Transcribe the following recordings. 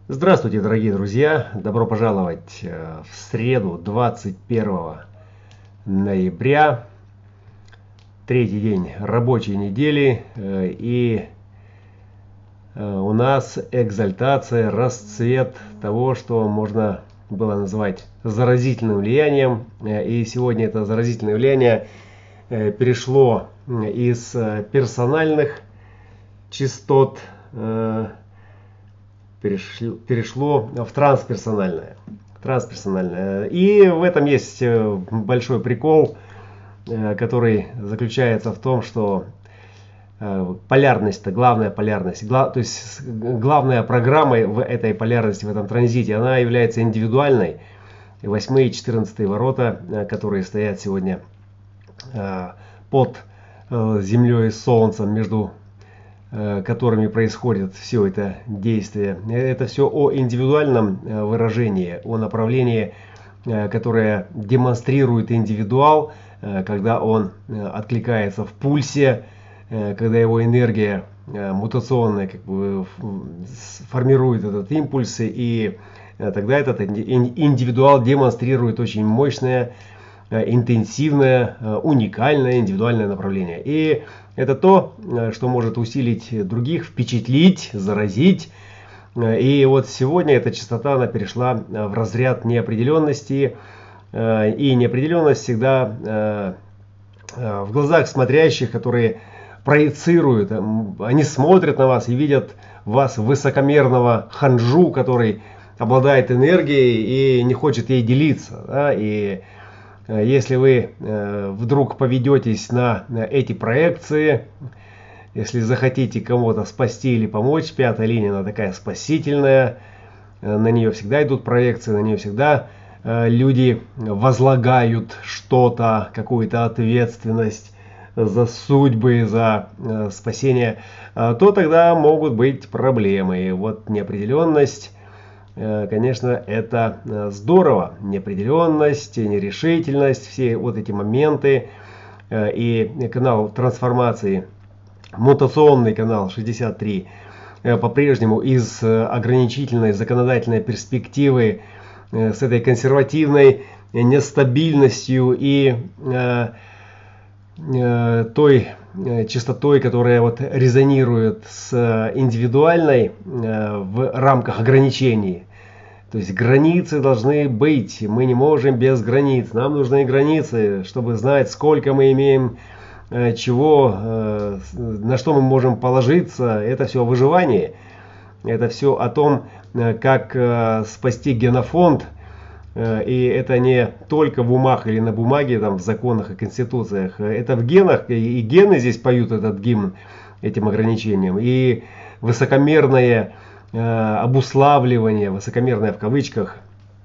Здравствуйте, дорогие друзья! Добро пожаловать в среду 21 ноября, третий день рабочей недели, и у нас экзальтация, расцвет того, что можно было назвать заразительным влиянием. И сегодня это заразительное влияние перешло из персональных частот, перешло в трансперсональное. И в этом есть большой прикол, который заключается в том, что полярность, главная полярность, то есть главная программа в этой полярности, в этом транзите, она является индивидуальной. 8 и 14 ворота, которые стоят сегодня под Землей и Солнцем, между которыми происходит все это действие. Это все о индивидуальном выражении, о направлении, которое демонстрирует индивидуал, когда он откликается в пульсе, когда его энергия мутационная формирует этот импульс, и тогда этот индивидуал демонстрирует очень мощное, интенсивное, уникальное индивидуальное направление. И это то, что может усилить других, впечатлить, заразить. И вот сегодня эта частота, она перешла в разряд неопределенности. И неопределенность всегда в глазах смотрящих, которые проецируют. Они смотрят на вас и видят вас высокомерного ханжу, который обладает энергией и не хочет ей делиться. Да? И если вы вдруг поведетесь на эти проекции, если захотите кого-то спасти или помочь, пятая линия, она такая спасительная, на нее всегда идут проекции, на нее всегда люди возлагают что-то, какую-то ответственность за судьбы, за спасение, то тогда могут быть проблемы. И вот неопределенность, конечно, это здорово. Неопределенность, нерешительность, все вот эти моменты. И канал трансформации, мутационный канал 63, по-прежнему из ограничительной законодательной перспективы, с этой консервативной нестабильностью и той частотой, которая вот резонирует с индивидуальной в рамках ограничений. То есть границы должны быть, мы не можем без границ, нам нужны границы, чтобы знать, сколько мы имеем, чего, на что мы можем положиться. Это все о выживании, это все о том, как спасти генофонд. И это не только в умах или на бумаге, там, в законах и конституциях. Это в генах, и гены здесь поют этот гимн этим ограничением. И высокомерное обуславливание, высокомерное в кавычках,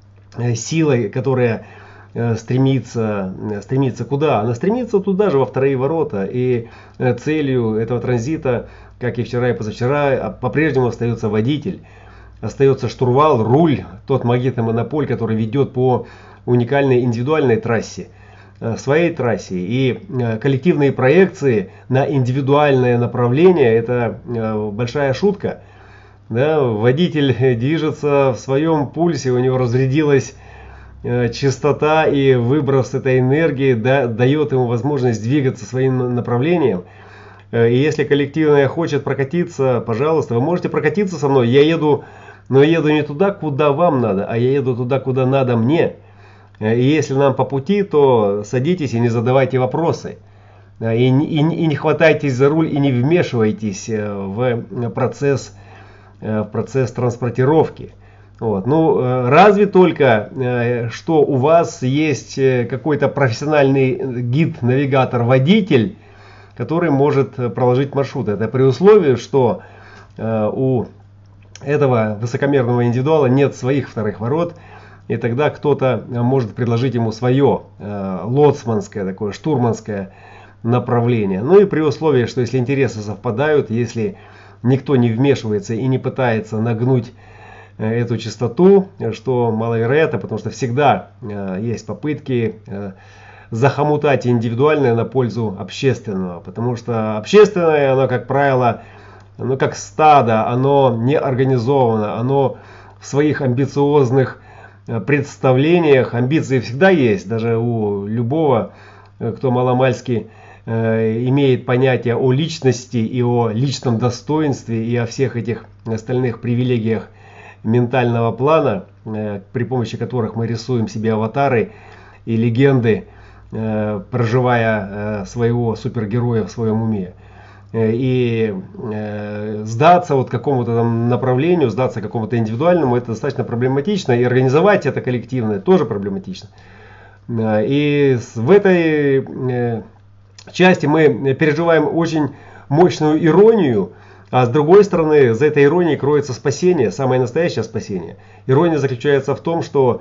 силой, которая стремится куда? Она стремится туда же, во вторые ворота. И целью этого транзита, как и вчера и позавчера, по-прежнему остается водитель. Остается штурвал, руль, тот магнитный монополь, который ведет по уникальной индивидуальной трассе, своей трассе. И коллективные проекции на индивидуальное направление – это большая шутка. Да, водитель движется в своем пульсе, у него разрядилась частота, и выброс этой энергии дает ему возможность двигаться своим направлением. И если коллективное хочет прокатиться, пожалуйста, вы можете прокатиться со мной. Но я еду не туда, куда вам надо, а я еду туда, куда надо мне. И если нам по пути, то садитесь и не задавайте вопросы. И не хватайтесь за руль, и не вмешивайтесь в процесс транспортировки. Вот. Ну, разве только, что у вас есть какой-то профессиональный гид, навигатор, водитель, который может проложить маршрут. Это при условии, что у этого высокомерного индивидуала нет своих вторых ворот, и тогда кто-то может предложить ему свое лоцманское, такое штурманское направление. Ну и при условии, что если интересы совпадают, если никто не вмешивается и не пытается нагнуть эту частоту, что маловероятно, потому что всегда есть попытки захомутать индивидуальное на пользу общественного, потому что общественное, оно, как правило, как стадо, оно не организовано, оно в своих амбициозных представлениях. Амбиции всегда есть, даже у любого, кто маломальски имеет понятие о личности и о личном достоинстве и о всех этих остальных привилегиях ментального плана, при помощи которых мы рисуем себе аватары и легенды, проживая своего супергероя в своем уме. И сдаться вот какому-то там направлению, сдаться какому-то индивидуальному, это достаточно проблематично, и организовать это коллективное тоже проблематично. И в этой части мы переживаем очень мощную иронию, а с другой стороны, за этой иронией кроется спасение, самое настоящее спасение. Ирония заключается в том, что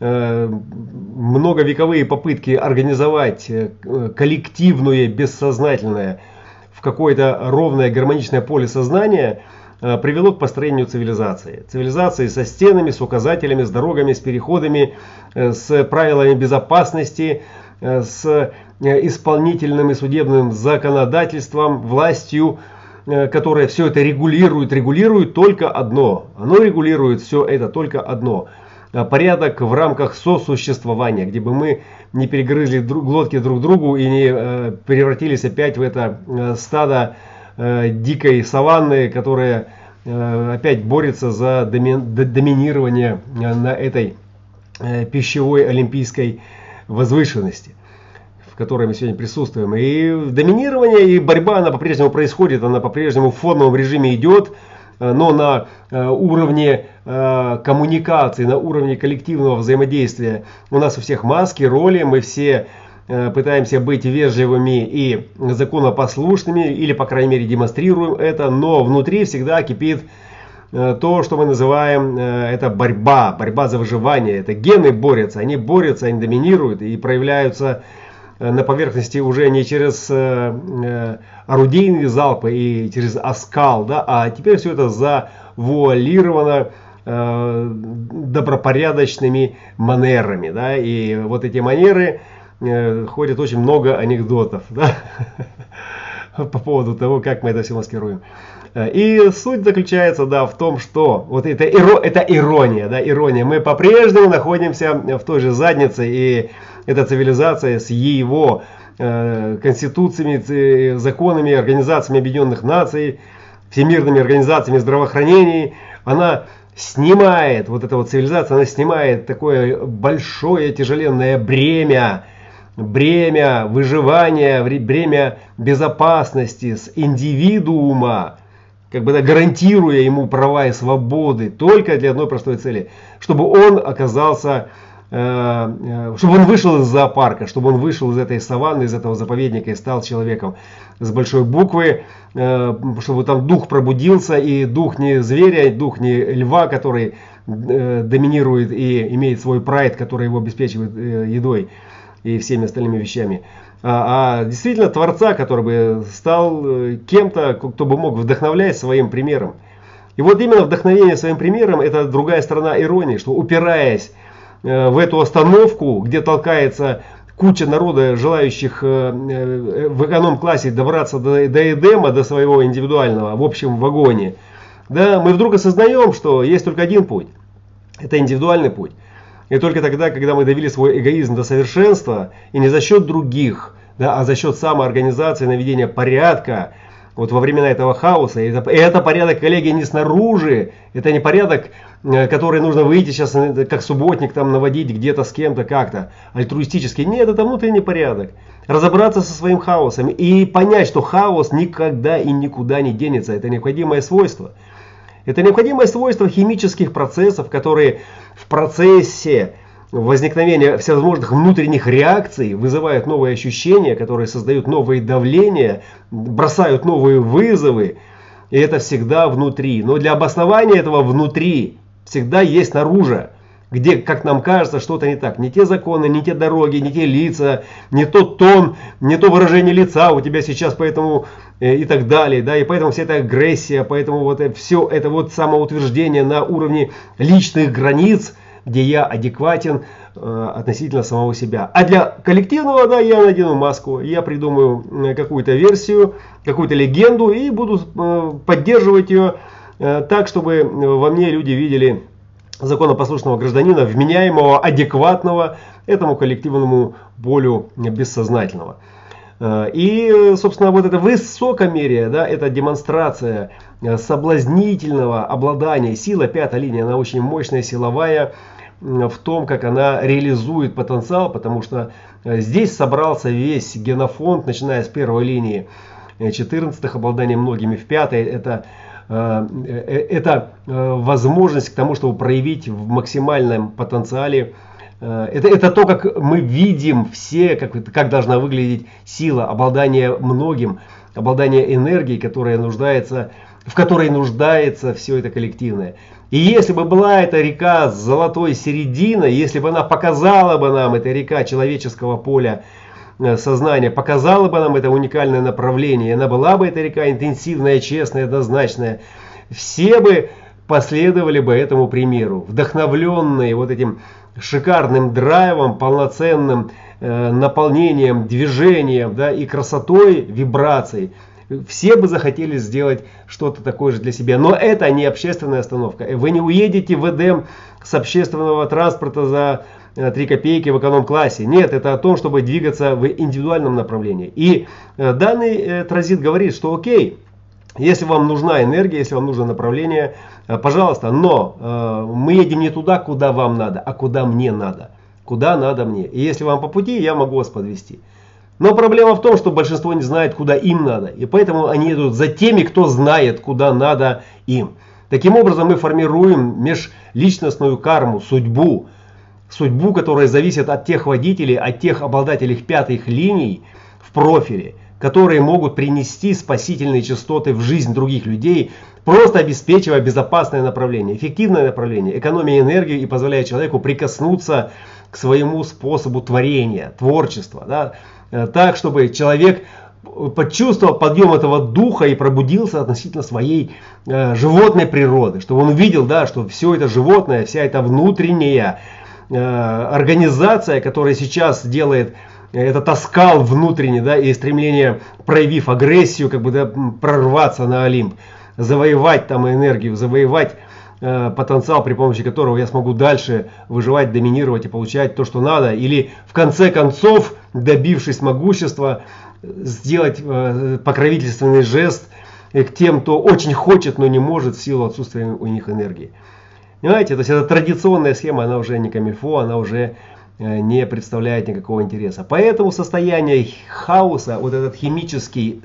многовековые попытки организовать коллективное, бессознательное в какое-то ровное гармоничное поле сознания привело к построению цивилизации. Цивилизации со стенами, с указателями, с дорогами, с переходами, с правилами безопасности, с исполнительным и судебным законодательством, властью, которая все это регулирует только одно. Оно регулирует все это только одно. Порядок в рамках сосуществования, где бы мы не перегрызли глотки друг другу и не превратились опять в это стадо дикой саванны, которая опять борется за доминирование на этой пищевой олимпийской возвышенности, в которой мы сегодня присутствуем. И доминирование и борьба, она по-прежнему происходит, она по-прежнему в формовом режиме идет, но на уровне коммуникации, на уровне коллективного взаимодействия у нас у всех маски, роли, мы все пытаемся быть вежливыми и законопослушными, или по крайней мере демонстрируем это, но внутри всегда кипит то, что мы называем, это борьба за выживание. Это гены борются, они доминируют и проявляются на поверхности уже не через орудийные залпы и через оскал, да, а теперь все это завуалировано добропорядочными манерами, да, и вот эти манеры ходит очень много анекдотов, да, по поводу того, как мы это все маскируем. И суть заключается, да, в том, что вот это ирония, да, ирония. Мы по-прежнему находимся в той же заднице, и эта цивилизация с его конституциями, законами, организациями Объединенных Наций, всемирными организациями здравоохранения, она снимает, вот эта вот цивилизация, она снимает такое большое тяжеленное бремя выживания, бремя безопасности с индивидуума, как бы, да, гарантируя ему права и свободы только для одной простой цели, чтобы он оказался, чтобы он вышел из зоопарка, чтобы он вышел из этой саванны, из этого заповедника и стал человеком с большой буквы, чтобы там дух пробудился, и дух не зверя, дух не льва, который доминирует и имеет свой прайд, который его обеспечивает едой и всеми остальными вещами, а действительно Творца, который бы стал кем-то, кто бы мог вдохновлять своим примером. И вот именно вдохновение своим примером — это другая сторона иронии, что, упираясь в эту остановку, где толкается куча народа, желающих в эконом-классе добраться до Эдема, до своего индивидуального в общем вагоне, да, мы вдруг осознаем, что есть только один путь. Это индивидуальный путь. И только тогда, когда мы довели свой эгоизм до совершенства, и не за счет других, да, а за счет самоорганизации, наведения порядка, вот во времена этого хаоса, и это порядок, коллеги, не снаружи, это не порядок, который нужно выйти сейчас, как субботник, там наводить где-то с кем-то как-то, альтруистически. Нет, это внутренний порядок. Разобраться со своим хаосом и понять, что хаос никогда и никуда не денется, это необходимое свойство. Это необходимое свойство химических процессов, которые в процессе возникновения всевозможных внутренних реакций вызывают новые ощущения, которые создают новые давления, бросают новые вызовы. И это всегда внутри. Но для обоснования этого внутри всегда есть снаружи, где, как нам кажется, что-то не так. Не те законы, не те дороги, не те лица, не тот тон, не то выражение лица у тебя сейчас, поэтому и так далее. Да? И поэтому вся эта агрессия, поэтому вот все это вот самоутверждение на уровне личных границ, где я адекватен относительно самого себя. А для коллективного, да, я надену маску, я придумаю какую-то версию, какую-то легенду и буду поддерживать ее так, чтобы во мне люди видели законопослушного гражданина, вменяемого, адекватного этому коллективному полю бессознательного. И, собственно, вот это высокомерие, да, это демонстрация соблазнительного обладания. Сила, пятая линия, она очень мощная, силовая в том, как она реализует потенциал, потому что здесь собрался весь генофонд, начиная с первой линии 14-х, обладание многими в пятой. Это возможность к тому, чтобы проявить в максимальном потенциале. Это то, как мы видим все, как должна выглядеть сила, обладание многим, обладание энергией, в которой нуждается все это коллективное. И если бы была эта река с золотой серединой, если бы она показала бы нам, эта река человеческого поля сознания, показала бы нам это уникальное направление, она была бы, эта река, интенсивная, честная, однозначная, все бы последовали бы этому примеру, вдохновленные вот этим шикарным драйвом, полноценным наполнением, движением, да, и красотой вибраций. Все бы захотели сделать что-то такое же для себя. Но это не общественная остановка. Вы не уедете в Эдем с общественного транспорта за 3 копейки в эконом-классе. Нет, это о том, чтобы двигаться в индивидуальном направлении. И данный транзит говорит, что окей, если вам нужна энергия, если вам нужно направление, пожалуйста, но мы едем не туда, куда вам надо, а куда мне надо. Куда надо мне. И если вам по пути, я могу вас подвести. Но проблема в том, что большинство не знает, куда им надо. И поэтому они идут за теми, кто знает, куда надо им. Таким образом мы формируем межличностную карму, судьбу, которая зависит от тех водителей, от тех обладателей пятых линий в профиле, которые могут принести спасительные частоты в жизнь других людей, просто обеспечивая безопасное направление, эффективное направление, экономия энергии и позволяя человеку прикоснуться к своему способу творения, творчества. Да, так, чтобы человек почувствовал подъем этого духа и пробудился относительно своей животной природы, чтобы он увидел, да, что все это животное, вся эта внутренняя организация, которая сейчас делает этот оскал внутренний, да, и стремление, проявив агрессию, да, прорваться на Олимп, завоевать там энергию, завоевать потенциал, при помощи которого я смогу дальше выживать, доминировать и получать то, что надо, или в конце концов, добившись могущества, сделать покровительственный жест к тем, кто очень хочет, но не может в силу отсутствия у них энергии. Понимаете, то есть это традиционная схема, она уже не камильфо, она уже не представляет никакого интереса. Поэтому состояние хаоса, вот этот химический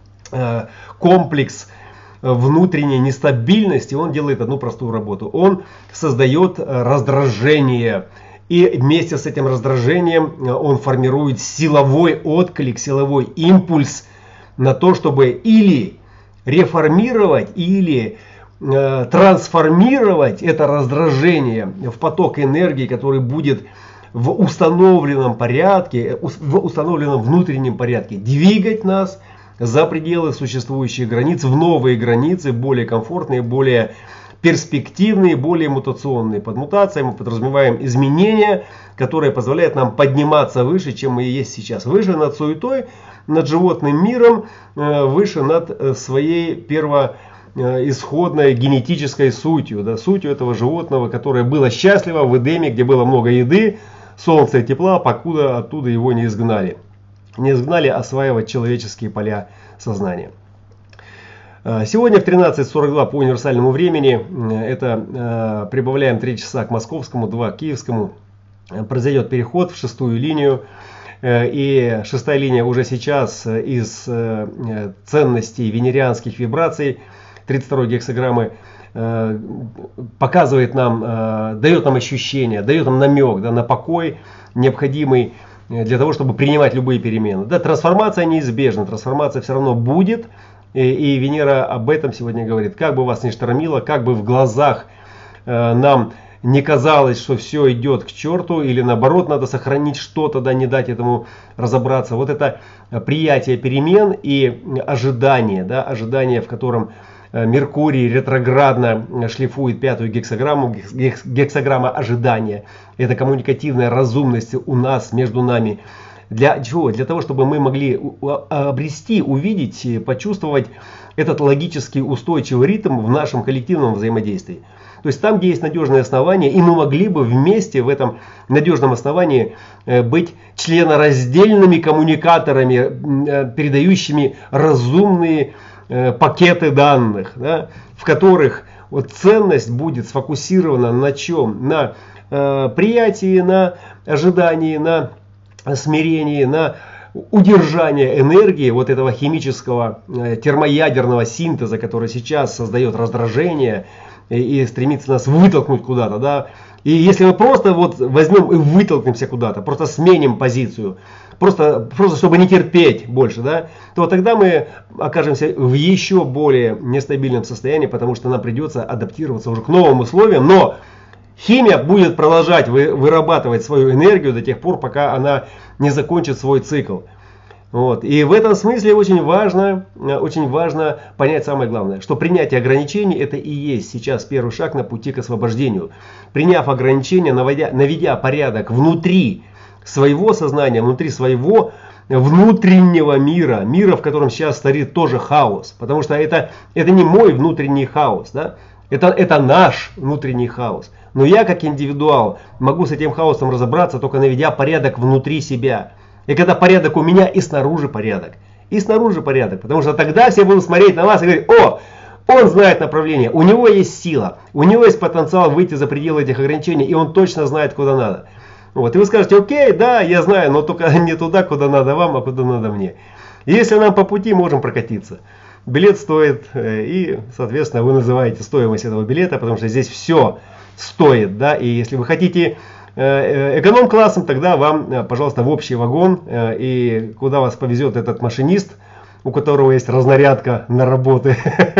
комплекс внутренней нестабильности, он делает одну простую работу. Он создает раздражение. И вместе с этим раздражением он формирует силовой отклик, силовой импульс на то, чтобы или реформировать, или трансформировать это раздражение в поток энергии, который будет в установленном порядке, в установленном внутреннем порядке двигать нас за пределы существующих границ, в новые границы, более комфортные, более перспективные, более мутационные. Под мутацией мы подразумеваем изменения, которые позволяют нам подниматься выше, чем мы и есть сейчас. Выше над суетой, над животным миром, выше над своей первоисходной генетической сутью. Да, сутью этого животного, которое было счастливо в Эдеме, где было много еды, солнца и тепла, покуда оттуда его не изгнали. Не изгнали осваивать человеческие поля сознания. Сегодня в 13:42 по универсальному времени, это прибавляем 3 часа к московскому, 2 к киевскому, произойдет переход в 6-ю линию. И 6-я линия уже сейчас из ценностей венерианских вибраций 32-й гексаграммы показывает нам, дает нам ощущение, дает нам намек, да, на покой, необходимый для того, чтобы принимать любые перемены. Да, трансформация неизбежна, трансформация все равно будет. И Венера об этом сегодня говорит. Как бы вас ни штормило, как бы в глазах нам не казалось, что все идет к черту, или наоборот надо сохранить что-то, да, не дать этому разобраться. Вот это приятие перемен и ожидание, да, ожидание, в котором Меркурий ретроградно шлифует 5-ю гексаграмму, гексаграмма ожидания. Это коммуникативная разумность у нас, между нами. Для чего? Для того, чтобы мы могли обрести, увидеть, почувствовать этот логический устойчивый ритм в нашем коллективном взаимодействии. То есть там, где есть надежные основания, и мы могли бы вместе в этом надежном основании быть членораздельными коммуникаторами, передающими разумные пакеты данных, да, в которых вот ценность будет сфокусирована на чем? На приятии, на ожидании, на смирении, на удержание энергии вот этого химического термоядерного синтеза, который сейчас создает раздражение и стремится нас вытолкнуть куда-то, да. И если мы просто вот возьмем и вытолкнемся куда-то, просто сменим позицию, просто чтобы не терпеть больше, да, то тогда мы окажемся в еще более нестабильном состоянии, потому что нам придется адаптироваться уже к новым условиям, но химия будет продолжать вырабатывать свою энергию до тех пор, пока она не закончит свой цикл. Вот. И в этом смысле очень важно понять самое главное, что принятие ограничений это и есть сейчас первый шаг на пути к освобождению. Приняв ограничения, наведя порядок внутри своего сознания, внутри своего внутреннего мира, в котором сейчас царит тоже хаос, потому что это не мой внутренний хаос, да? Это наш внутренний хаос. Но я как индивидуал могу с этим хаосом разобраться, только наведя порядок внутри себя. И когда порядок у меня, и снаружи порядок. И снаружи порядок. Потому что тогда все будут смотреть на вас и говорить: о, он знает направление, у него есть сила, у него есть потенциал выйти за пределы этих ограничений, и он точно знает, куда надо. Вот. И вы скажете: окей, да, я знаю, но только не туда, куда надо вам, а куда надо мне. И если нам по пути, можем прокатиться. Билет стоит, и, соответственно, вы называете стоимость этого билета, потому что здесь все стоит, да, и если вы хотите эконом-классом, тогда вам, пожалуйста, в общий вагон, и куда вас повезет этот машинист, у которого есть разнарядка на работы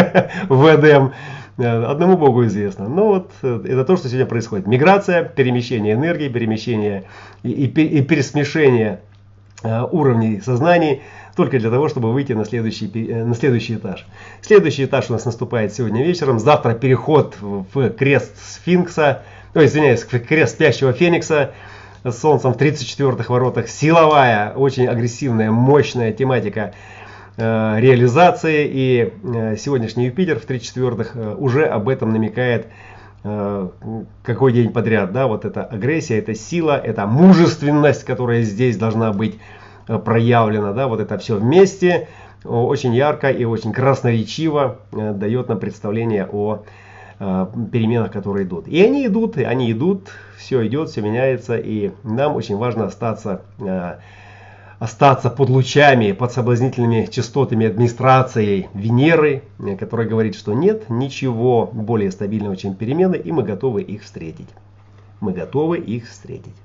в ЭДМ, одному Богу известно. Но вот это то, что сегодня происходит. Миграция, перемещение энергии, перемещение и пересмешение уровней сознаний, только для того, чтобы выйти на следующий этаж. Следующий этаж у нас наступает сегодня вечером. Завтра переход в крест сфинкса, в крест спящего феникса с солнцем в 34-х воротах. Силовая, очень агрессивная, мощная тематика реализации. И сегодняшний Юпитер в 34-х уже об этом намекает какой день подряд. Да? Вот эта агрессия, это сила, это мужественность, которая здесь должна быть проявлена. Да? Вот это все вместе очень ярко и очень красноречиво дает нам представление о переменах, которые идут. И они идут, все идет, все меняется, и нам очень важно остаться под лучами, под соблазнительными частотами администрацией Венеры, которая говорит, что нет ничего более стабильного, чем перемены, и мы готовы их встретить. Мы готовы их встретить.